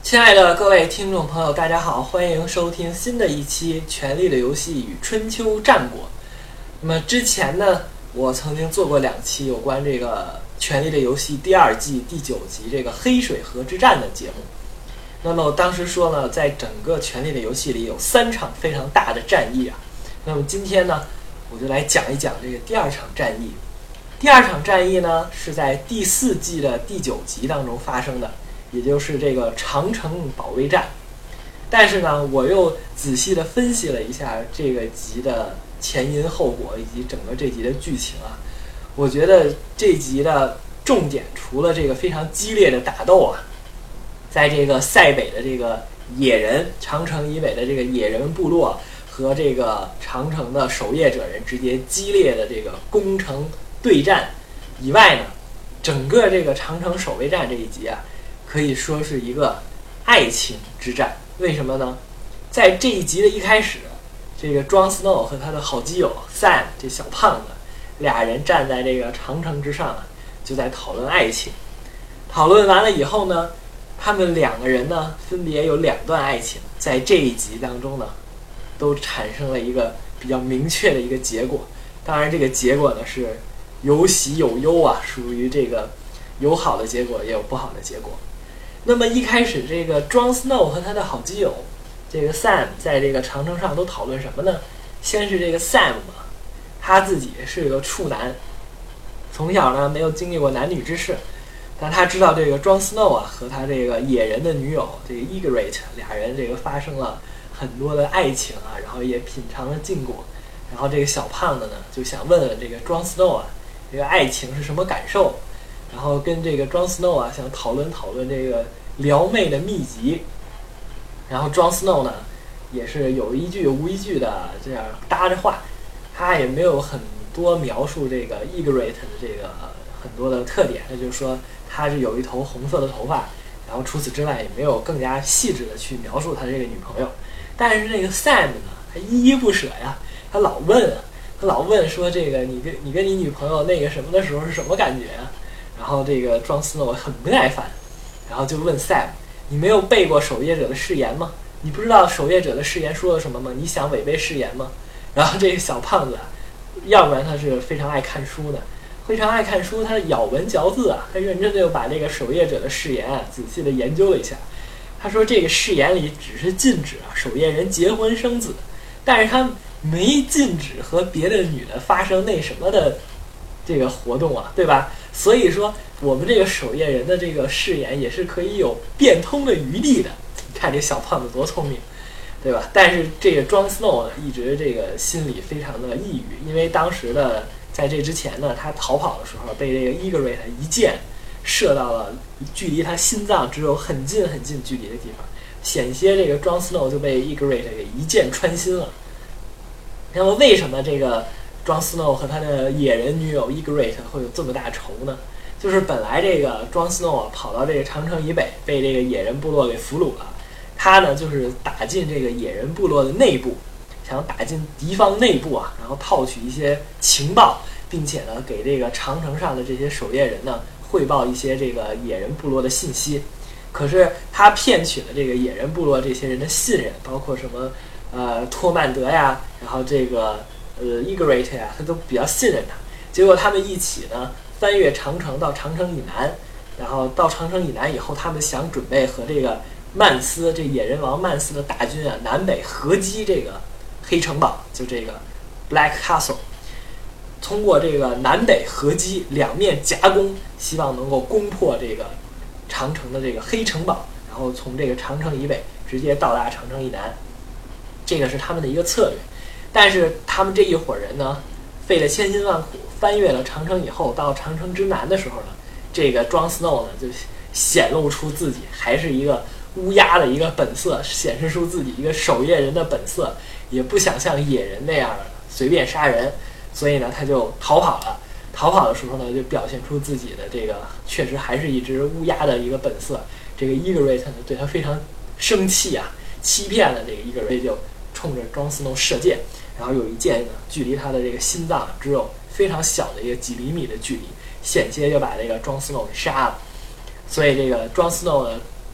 亲爱的各位听众朋友，大家好，欢迎收听新的一期《权力的游戏与春秋战国》。那么之前呢，我曾经做过2期有关这个《权力的游戏》第2季第9集这个黑水河之战的节目。那么我当时说呢，在整个《权力的游戏》里有3场非常大的战役啊。那么今天呢，我就来讲一讲这个第2场战役。第2场战役呢，是在第4季的第9集当中发生的。也就是这个长城保卫战。但是呢，我又仔细的分析了一下这个集的前因后果以及整个这集的剧情啊，我觉得这集的重点除了这个非常激烈的打斗啊，在这个塞北的这个野人，长城以北的这个野人部落和这个长城的守夜者人之间激烈的这个攻城对战以外呢，整个这个长城守卫战这一集啊，可以说是一个爱情之战。为什么呢？在这一集的一开始，这个 Jon Snow 和他的好基友 Sam 这小胖子俩人站在这个长城之上啊，就在讨论爱情。讨论完了以后呢，他们2个人呢分别有2段爱情，在这一集当中呢都产生了一个比较明确的一个结果。当然这个结果呢是有喜有忧啊，属于这个有好的结果也有不好的结果。那么一开始这个 Jon Snow 和他的好基友这个 Sam 在这个长城上都讨论什么呢？先是这个 Sam 嘛，他自己是个处男，从小呢没有经历过男女之事，但他知道这个 Jon Snow 啊和他这个野人的女友这个 Ygritte 俩人这个发生了很多的爱情啊，然后也品尝了禁果。然后这个小胖子呢就想问问这个 Jon Snow 啊，这个爱情是什么感受？然后跟这个 Jon Snow 啊想讨论这个撩妹的秘籍。然后 Jon Snow 呢也是有一句无一句的这样搭着话，他也没有很多描述这个 Ygritte 的这个很多的特点，那就是说他是有一头红色的头发，然后除此之外也没有更加细致的去描述他这个女朋友。但是这个 Sam 呢他依依不舍呀，他老问说这个你跟你女朋友那个什么的时候是什么感觉啊？然后这个 Jon Snow 很不耐烦，然后就问 Sam， 你没有背过守夜者的誓言吗？你不知道守夜者的誓言说了什么吗？你想违背誓言吗？然后这个小胖子要不然他是非常爱看书的，非常爱看书，他咬文嚼字啊，他认真的又把这个守夜者的誓言啊仔细的研究了一下。他说这个誓言里只是禁止守夜人结婚生子，但是他没禁止和别的女的发生那什么的这个活动啊，对吧？所以说我们这个守夜人的这个誓言也是可以有变通的余地的。你看这小胖子多聪明，对吧？但是这个 Jon Snow 呢一直这个心里非常的抑郁，因为当时的在这之前呢，他逃跑的时候被这个 Ygritte 一箭射到了距离他心脏只有很近很近距离的地方，险些这个 Jon Snow 就被 Ygritte 给一箭穿心了。那么为什么这个Jon Snow 和他的野人女友 Ygritte 会有这么大仇呢？就是本来这个 Jon Snow 啊跑到这个长城以北，被这个野人部落给俘虏了。他呢就是打进这个野人部落的内部，想打进敌方内部啊，然后套取一些情报，并且呢给这个长城上的这些守夜人呢汇报一些这个野人部落的信息。可是他骗取了这个野人部落这些人的信任，包括什么托曼德呀，然后这个Ygritte 呀，他都比较信任他。结果他们一起呢翻越长城到长城以南，然后到长城以南以后，他们想准备和这个曼斯这野人王曼斯的大军啊南北合击这个黑城堡，就这个 Black Castle。通过这个南北合击，两面夹攻，希望能够攻破这个长城的这个黑城堡，然后从这个长城以北直接到达长城以南。这个是他们的一个策略。但是他们这一伙人呢费了千辛万苦翻越了长城以后，到长城之南的时候呢，这个 Jon Snow 呢就显露出自己还是一个乌鸦的一个本色，显示出自己一个守夜人的本色，也不想像野人那样随便杀人，所以呢他就逃跑了。逃跑的时候呢就表现出自己的这个确实还是一只乌鸦的一个本色。这个 Ygritte 呢对他非常生气啊，欺骗了这个 Ygritte， 就冲着 Jon Snow 射箭，然后有一箭呢距离他的这个心脏只有非常小的一个几厘米的距离，险些就把这个 Jon Snow 给杀了。所以这个 Jon Snow 呢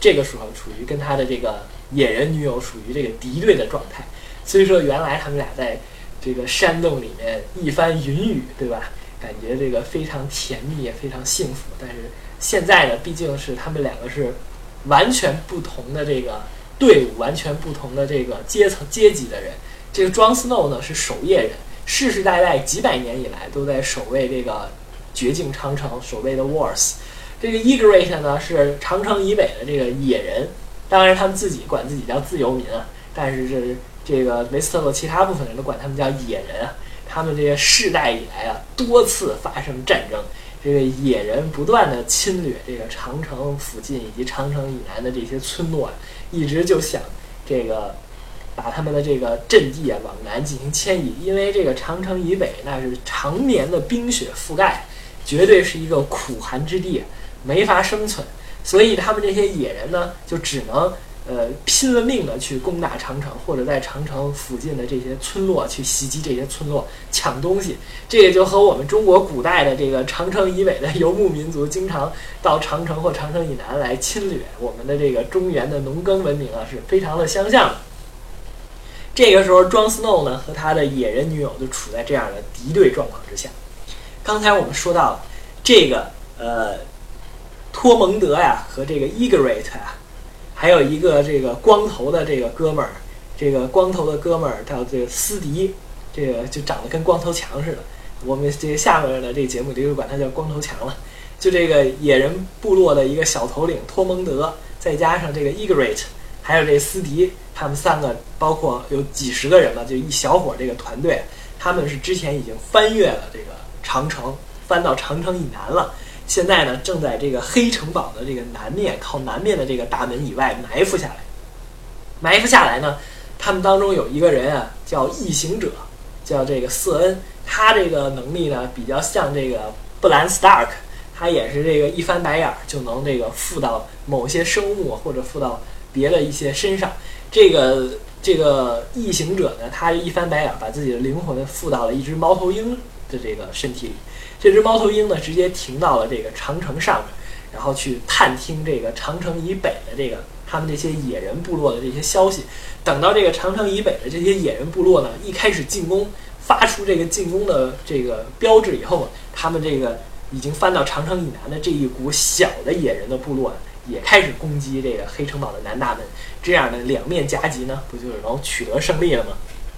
这个时候处于跟他的这个野人女友属于这个敌对的状态。所以说原来他们俩在这个山洞里面一番云雨，对吧？感觉这个非常甜蜜也非常幸福。但是现在呢，毕竟是他们两个是完全不同的这个队伍，完全不同的这个阶级的人。这个 Jon Snow 呢是守夜人，世世代代几百年以来都在守卫这个绝境长城，守卫的 Walls。这个 Ygritte 呢是长城以北的这个野人，当然他们自己管自己叫自由民啊，但是这个维斯特洛其他部分人都管他们叫野人啊。他们这些世代以来啊，多次发生战争，这个野人不断的侵略这个长城附近以及长城以南的这些村落啊，一直就想这个把他们的这个阵地啊往南进行迁移，因为这个长城以北那是常年的冰雪覆盖，绝对是一个苦寒之地，没法生存。所以他们这些野人呢，就只能拼了命的去攻打长城，或者在长城附近的这些村落去袭击这些村落，抢东西。这也就和我们中国古代的这个长城以北的游牧民族经常到长城或长城以南来侵略我们的这个中原的农耕文明啊，是非常的相像的。这个时候 Jon Snow 呢和他的野人女友就处在这样的敌对状况之下。刚才我们说到了这个托蒙德呀和这个 Ygritte 啊，还有一个这个光头的这个哥们儿，这个光头的哥们儿叫这个斯迪，这个就长得跟光头强似的。我们这个下面的这个节目就管他叫光头强了。就这个野人部落的一个小头领托蒙德，再加上这个 Ygritte， 还有这斯迪，他们三个包括有几十个人吧，就一小伙这个团队，他们是之前已经翻越了这个长城，翻到长城以南了。现在呢，正在这个黑城堡的这个南面，靠南面的这个大门以外埋伏下来。埋伏下来呢，他们当中有一个人啊，叫异行者，叫这个瑟恩。他这个能力呢，比较像这个布兰斯塔克，他也是这个一翻白眼就能这个附到某些生物或者附到别的一些身上。这个异行者呢，他一翻白眼把自己的灵魂附到了一只猫头鹰的这个身体里。这只猫头鹰呢，直接停到了这个长城上面，然后去探听这个长城以北的这个他们这些野人部落的这些消息。等到这个长城以北的这些野人部落呢，一开始进攻，发出这个进攻的这个标志以后，他们这个已经翻到长城以南的这一股小的野人的部落也开始攻击这个黑城堡的南大门。这样的两面夹击呢，不就是能取得胜利了吗？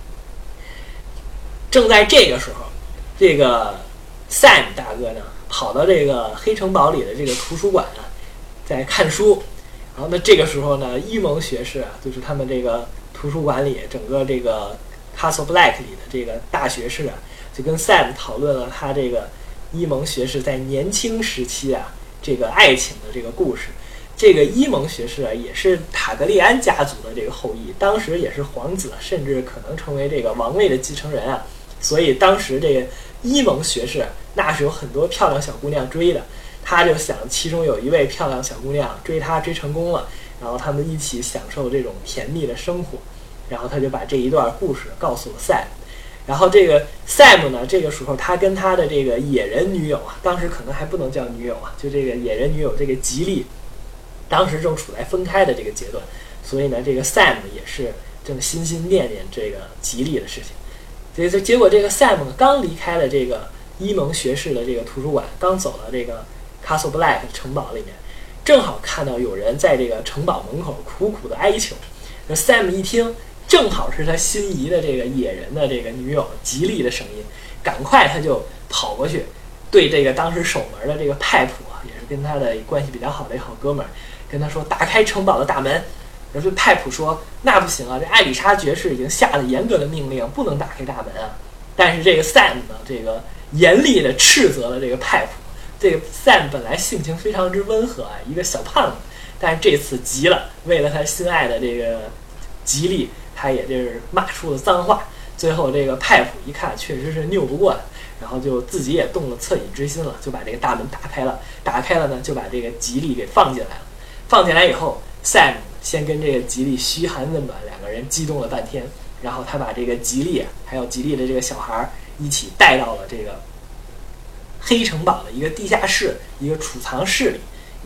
正在这个时候，这个Sam 大哥呢，跑到这个黑城堡里的这个图书馆啊，在看书。然后呢，这个时候呢，伊蒙学士啊，就是他们这个图书馆里整个这个 Castle Black 里的这个大学士啊，就跟 Sam 讨论了他这个伊蒙学士在年轻时期啊这个爱情的这个故事。这个伊蒙学士啊，也是塔格利安家族的这个后裔，当时也是皇子，甚至可能成为这个王位的继承人啊。所以当时这个伊蒙学士那是有很多漂亮小姑娘追的，他就想其中有一位漂亮小姑娘追他追成功了，然后他们一起享受这种甜蜜的生活，然后他就把这一段故事告诉了 Sam。 然后这个 Sam 呢，这个时候他跟他的这个野人女友啊，当时可能还不能叫女友啊，就这个野人女友这个吉利，当时正处在分开的这个阶段，所以呢，这个 Sam 也是正心心念念这个吉利的事情。结果这个 Sam 刚离开了这个伊蒙学士的这个图书馆，刚走到这个 Castle Black 城堡里面，正好看到有人在这个城堡门口苦苦的哀求。那 Sam 一听，正好是他心仪的这个野人的这个女友吉利的声音，赶快他就跑过去，对这个当时守门的这个派普啊，也是跟他的关系比较好的一好哥们儿，跟他说打开城堡的大门。然后派普说那不行啊，这艾丽莎爵士已经下了严格的命令，不能打开大门啊。但是这个 Sam 呢，这个严厉的斥责了这个派普。这个 Sam 本来性情非常之温和啊，一个小胖子，但是这次急了，为了他心爱的这个吉利，他也就是骂出了脏话。最后这个派普一看确实是拗不过了，然后就自己也动了恻隐之心了，就把这个大门打开了。打开了呢，就把这个吉利给放进来了。放进来以后， Sam 先跟这个吉利嘘寒问暖，两个人激动了半天，然后他把这个吉利还有吉利的这个小孩一起带到了这个黑城堡的一个地下室，一个储藏室里，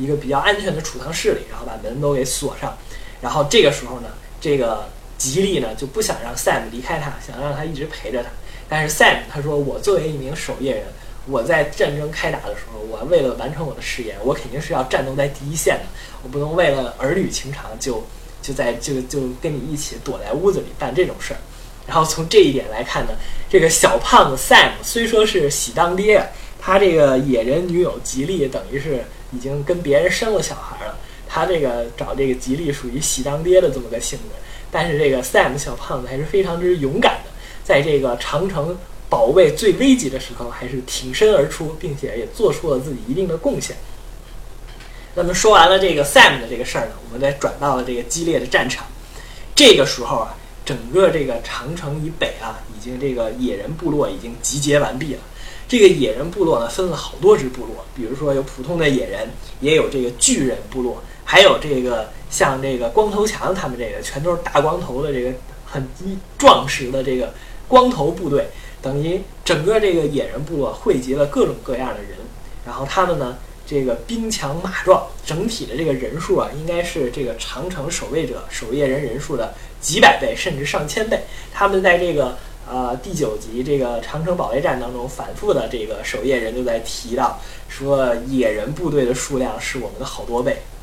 一个比较安全的储藏室里，然后把门都给锁上。然后这个时候呢，这个吉利呢就不想让 Sam 离开他，想让他一直陪着他。但是 Sam 他说，我作为一名守夜人，我在战争开打的时候，我为了完成我的誓言，我肯定是要战斗在第一线的，我不能为了儿女情长就跟你一起躲在屋子里办这种事儿。然后从这一点来看呢，这个小胖子 Sam 虽说是喜当爹，他这个野人女友吉利等于是已经跟别人生了小孩了，他这个找这个吉利属于喜当爹的这么个性格。但是这个 Sam 小胖子还是非常之勇敢的，在这个长城保卫最危急的时候还是挺身而出，并且也做出了自己一定的贡献。那么说完了这个 Sam 的这个事儿呢，我们再转到了这个激烈的战场。这个时候啊，整个这个长城以北啊，已经这个野人部落已经集结完毕了。这个野人部落呢，分了好多支部落，比如说有普通的野人，也有这个巨人部落，还有这个像这个光头强他们这个全都是大光头的这个很壮实的这个光头部队，等于整个这个野人部落汇集了各种各样的人，然后他们呢，这个兵强马壮，整体的这个人数啊，应该是这个长城守卫者守夜人人数的几百倍，甚至上千倍。他们在这个第9集这个长城保卫战当中，反复的这个守夜人就在提到说，野人部队的数量是我们的好多倍。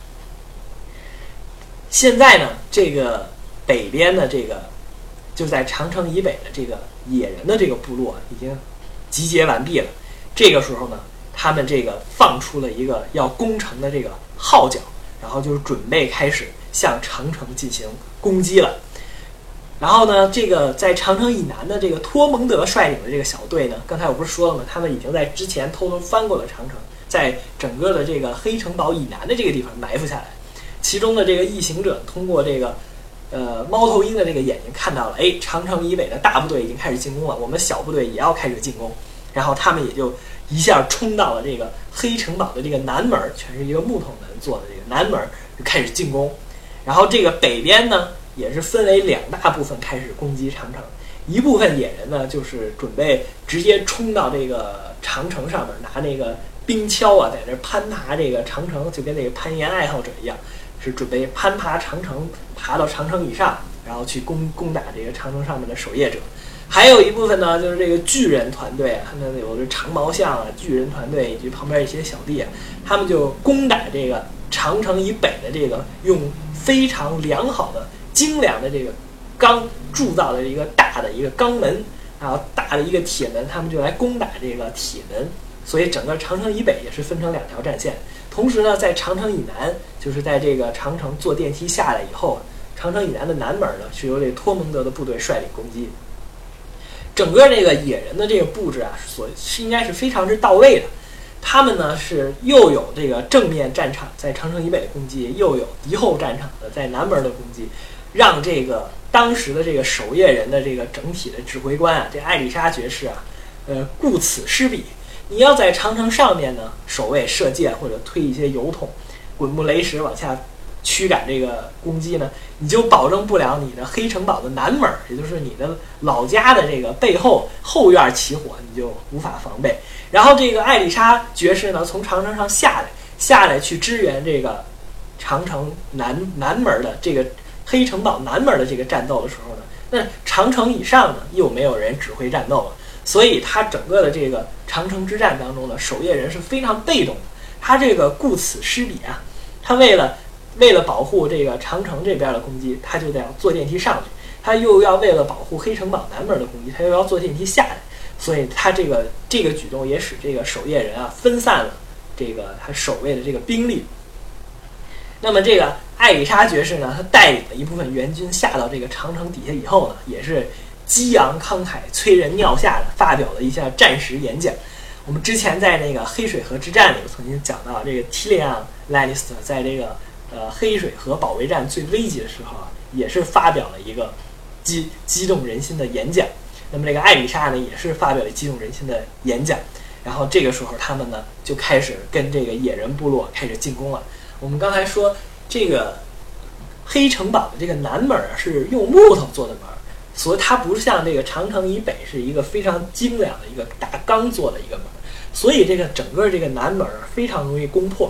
现在呢，这个北边的这个就在长城以北的这个野人的这个部落已经集结完毕了。这个时候呢，他们这个放出了一个要攻城的这个号角，然后就是准备开始向长城进行攻击了。然后呢，这个在长城以南的这个托蒙德率领的这个小队呢，刚才我不是说了吗？他们已经在之前偷偷翻过了长城，在整个的这个黑城堡以南的这个地方埋伏下来。其中的这个异行者通过这个猫头鹰的这个眼睛看到了，长城以北的大部队已经开始进攻了，我们小部队也要开始进攻。然后他们也就一下冲到了这个黑城堡的这个南门，全是一个木头门做的这个南门，就开始进攻。然后这个北边呢，也是分为2大部分开始攻击长城。一部分野人呢，就是准备直接冲到这个长城上面，拿那个冰锹啊，在那攀爬这个长城，就跟那个攀岩爱好者一样，是准备攀爬长城，爬到长城以上，然后去攻打这个长城上面的守夜者。还有一部分呢，就是这个巨人团队，他们有这长毛象啊，巨人团队以及旁边一些小弟，他们就攻打这个长城以北的这个用非常良好的精良的这个钢铸造的一个大的一个钢门，然后大的一个铁门，他们就来攻打这个铁门。所以整个长城以北也是分成2条战线。同时呢，在长城以南，就是在这个长城坐电梯下来以后，长城以南的南门呢，是由这托蒙德的部队率领攻击。整个这个野人的这个布置啊，应该是非常之到位的。他们呢是又有这个正面战场在长城以北的攻击，又有敌后战场的在南门的攻击，让这个当时的这个守夜人的这个整体的指挥官啊，这艾丽莎爵士啊，顾此失彼。你要在长城上面呢守卫射箭或者推一些油桶，滚木雷石往下驱赶这个攻击呢，你就保证不了你的黑城堡的南门，也就是你的老家的这个背后后院起火，你就无法防备。然后这个艾丽莎爵士呢，从长城上下来去支援这个长城南门的这个黑城堡南门的这个战斗的时候呢，那长城以上呢又没有人指挥战斗了，所以他整个的这个长城之战当中呢，守夜人是非常被动的。他这个顾此失彼啊，他为了保护这个长城这边的攻击，他就得要坐电梯上去，他又要为了保护黑城堡南门的攻击，他又要坐电梯下来，所以他这个举动也使这个守夜人啊分散了这个他守卫的这个兵力。那么这个艾丽莎爵士呢，他带领了一部分援军下到这个长城底下以后呢，也是激昂慷慨、催人尿下的发表了一下战时演讲。我们之前在那个黑水河之战里曾经讲到，这个 Tyrion Lannister 在这个黑水河保卫战最危急的时候啊，也是发表了一个激动人心的演讲。那么这个艾丽莎呢，也是发表了激动人心的演讲。然后这个时候他们呢就开始跟这个野人部落开始进攻了。我们刚才说这个黑城堡的这个南门啊是用木头做的门，所以它不像这个长城以北是一个非常精良的一个大钢做的一个门，所以这个整个这个南门非常容易攻破。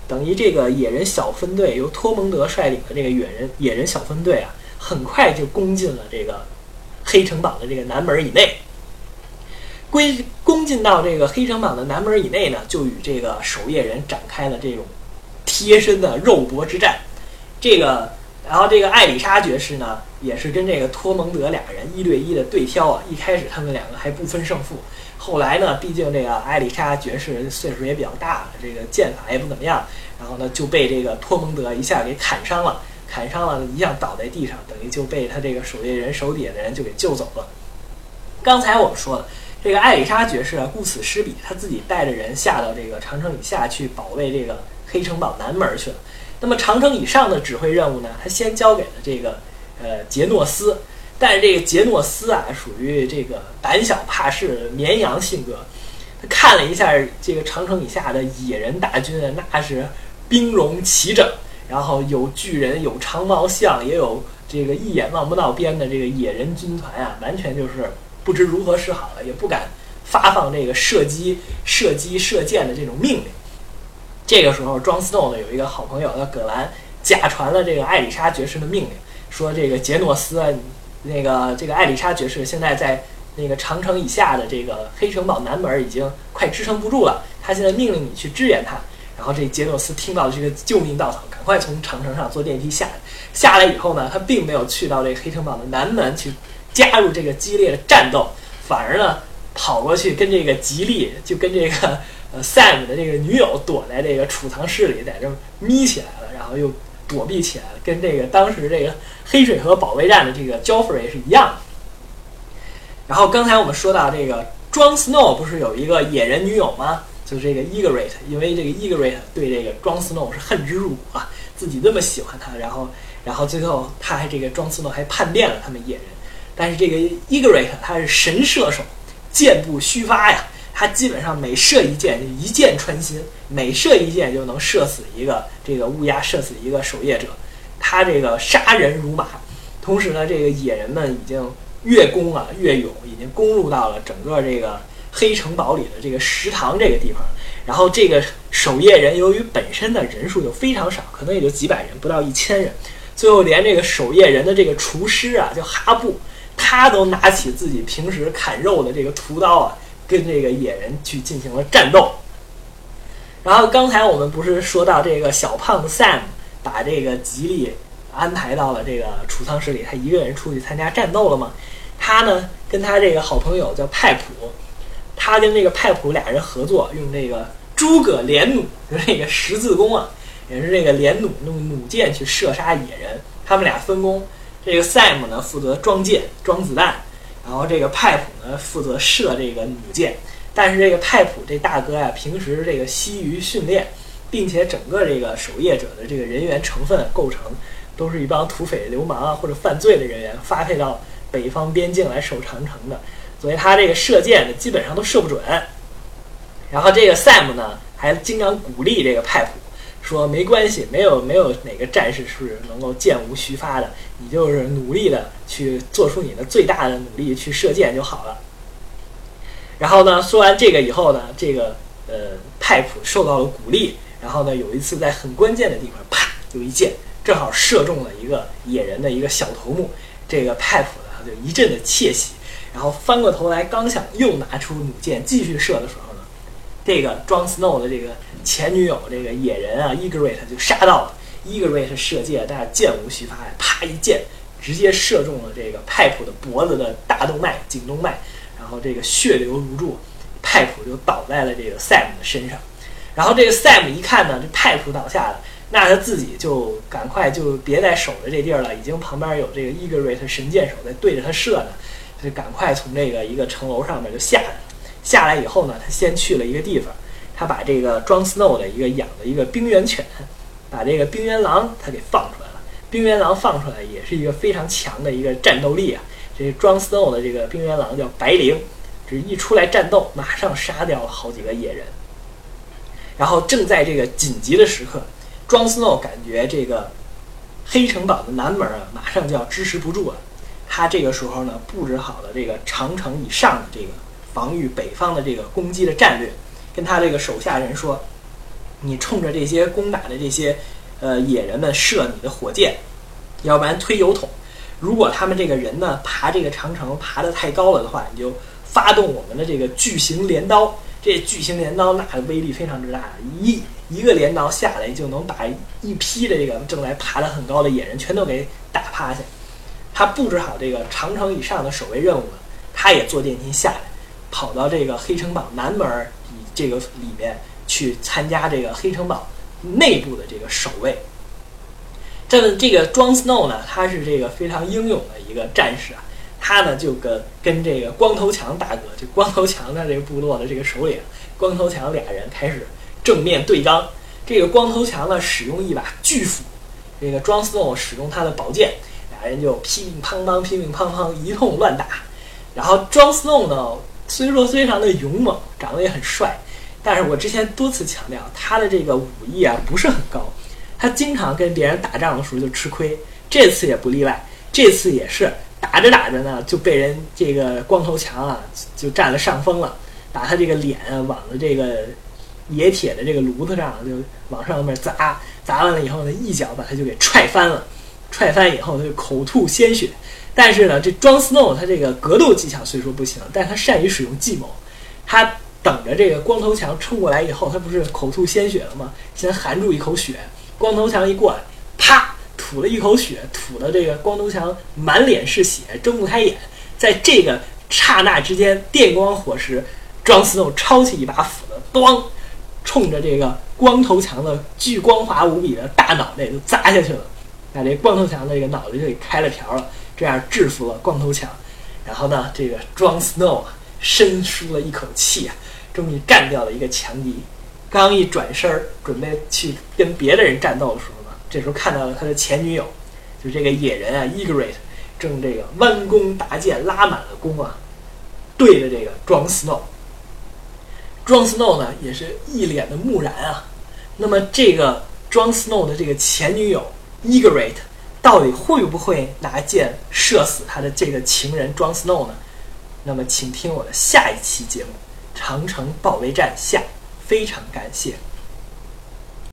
等于这个野人小分队由托蒙德率领的这个野人小分队啊，很快就攻进了这个黑城堡的这个南门以内。攻进到这个黑城堡的南门以内呢，就与这个守夜人展开了这种贴身的肉搏之战。然后这个艾丽莎爵士呢，也是跟这个托蒙德俩人1对1的对挑啊。一开始他们两个还不分胜负，后来呢，毕竟这个艾丽莎爵士岁数也比较大了，这个剑法也不怎么样，然后呢就被这个托蒙德一下给砍伤了，一下倒在地上，等于就被他这个守夜人手底下的人就给救走了。刚才我们说了，这个艾丽莎爵士啊，顾此失彼，他自己带着人下到这个长城以下去保卫这个黑城堡南门去了。那么长城以上的指挥任务呢，他先交给了这个杰诺斯。但是这个杰诺斯啊，属于这个胆小怕事绵羊性格。他看了一下这个长城以下的野人大军啊，那是兵戎齐整，然后有巨人，有长毛象，也有这个一眼望不到边的这个野人军团啊，完全就是不知如何是好了，也不敢发放这个射箭的这种命令。这个时候，庄斯诺呢有一个好朋友叫葛兰，假传了这个艾丽莎爵士的命令，说这个杰诺斯啊，这个艾丽莎爵士现在在那个长城以下的这个黑城堡南门已经快支撑不住了，他现在命令你去支援他。然后这杰诺斯听到这个救命稻草，赶快从长城上坐电梯下来以后呢，他并没有去到这个黑城堡的南门去加入这个激烈的战斗，反而呢跑过去跟这个吉利，就跟这个Sam 的这个女友躲在这个储藏室里，在这眯起来了，然后又躲避起来了，跟这个当时这个黑水河保卫战的这个 Joffrey 是一样的。然后刚才我们说到这个庄 Snow 不是有一个野人女友吗？就是这个 Ygritte， 因为这个 Ygritte 对这个庄 Snow 是恨之入骨啊，自己这么喜欢他，然后最后他还这个庄 Snow 还叛变了他们野人。但是这个 Ygritte 他是神射手，箭不虚发呀，他基本上每射一箭就一箭穿心，每射一箭就能射死一个这个乌鸦，射死一个守夜者。他这个杀人如麻，同时呢，这个野人们已经越攻啊越勇，已经攻入到了整个这个黑城堡里的这个食堂这个地方。然后这个守夜人由于本身的人数就非常少，可能也就几百人，不到1000人，最后连这个守夜人的这个厨师啊，叫哈布，他都拿起自己平时砍肉的这个屠刀啊，跟这个野人去进行了战斗。然后刚才我们不是说到这个小胖子 Sam 把这个吉利安排到了这个储藏室里，他一个人出去参加战斗了吗？他呢跟他这个好朋友叫派普，他跟这个派普俩人合作，用这个诸葛连弩，就是这个十字弓啊，也是这个连弩用弩箭去射杀野人。他们俩分工，这个 Sam 呢负责装箭装子弹，然后这个派普呢负责射这个弩箭。但是这个派普这大哥呀，平时这个悉于训练，并且整个这个守夜者的这个人员成分构成都是一帮土匪流氓啊或者犯罪的人员发配到北方边境来守长城的，所以他这个射箭呢基本上都射不准。然后这个 Sam 呢还经常鼓励这个派普说，没关系，没有哪个战士是能够箭无虚发的，你就是努力的去做出你的最大的努力去射箭就好了。然后呢，说完这个以后呢，这个派普受到了鼓励，然后呢有一次在很关键的地方，啪，有一箭正好射中了一个野人的一个小头目。这个派普呢就一阵的窃喜，然后翻过头来，刚想又拿出弩箭继续射的时候呢，这个庄 Snow 的这个前女友这个野人啊 Ygritte 就杀到了。Ygritte 射箭，但是箭无虚发，啪一箭直接射中了这个派普的脖子的大动脉颈动脉，然后这个血流如注，派普就倒在了这个 Sam 的身上。然后这个 Sam 一看呢，这派普倒下了，那他自己就赶快就别再守着这地儿了，已经旁边有这个 Ygritte 神箭手在对着他射呢，就赶快从这个一个城楼上面就下来了。下来以后呢，他先去了一个地方，他把这个庄 Snow 的一个养的一个冰原犬，把这个冰原狼他给放出来了。冰原狼放出来也是一个非常强的一个战斗力啊。这庄 Snow 的这个冰原狼叫白灵，这一出来战斗，马上杀掉了好几个野人。然后正在这个紧急的时刻，庄 Snow 感觉这个黑城堡的南门啊，马上就要支持不住了。他这个时候呢，布置好了这个长城以上的这个防御北方的这个攻击的战略，跟他这个手下人说， 你冲着这些攻打的这些野人们射你的火箭，要不然推油桶。如果他们这个人呢爬这个长城爬得太高了的话，你就发动我们的这个巨型镰刀。这巨型镰刀那个威力非常之大，一个镰刀下来就能把一批的这个正在爬得很高的野人全都给打趴下。他布置好这个长城以上的守卫任务呢，他也坐电梯下来，跑到这个黑城堡南门这个里面去参加这个黑城堡内部的这个守卫。这个 Jon Snow 呢，他是这个非常英勇的一个战士啊。他呢就跟这个光头强大哥，就光头强的这个部落的这个首领光头强俩人开始正面对刚。这个光头强呢使用一把巨斧，这个 Jon Snow 使用他的宝剑，俩人就乒乒乓乓乒乒乓乓一通乱打。然后 Jon Snow 呢虽说非常的勇猛，长得也很帅，但是我之前多次强调他的这个武艺啊不是很高，他经常跟别人打仗的时候就吃亏，这次也不例外。这次也是打着打着呢，就被人这个光头强啊就占了上风了，把他这个脸往了这个冶铁的这个炉子上就往上面砸完了以后呢，一脚把他就给踹翻了。踹翻以后他就口吐鲜血。但是呢，这 Jon Snow 他这个格斗技巧虽说不行，但他善于使用计谋。他等着这个光头强冲过来以后，他不是口吐鲜血了吗？先含住一口血，光头强一过来，啪吐了一口血，吐的这个光头强满脸是血，睁不开眼。在这个刹那之间，电光火石，Jon Snow抄起一把斧子，咣，冲着这个光头强的巨光滑无比的大脑袋就砸下去了，把这光头强的这个脑袋就给开了瓢了，这样制服了光头强。然后呢，这个 Jon Snow 啊，深舒了一口气啊，终于干掉了一个强敌。刚一转身准备去跟别的人战斗的时候呢，这时候看到了他的前女友，就这个野人啊 Ygritte 正这个弯弓搭箭，拉满了弓啊，对着这个 Jon Snow。Jon Snow 呢也是一脸的木然啊。那么这个 Jon Snow 的这个前女友 Ygritte 到底会不会拿箭射死他的这个情人 Jon Snow 呢？那么请听我的下一期节目《长城保卫战下》，非常感谢。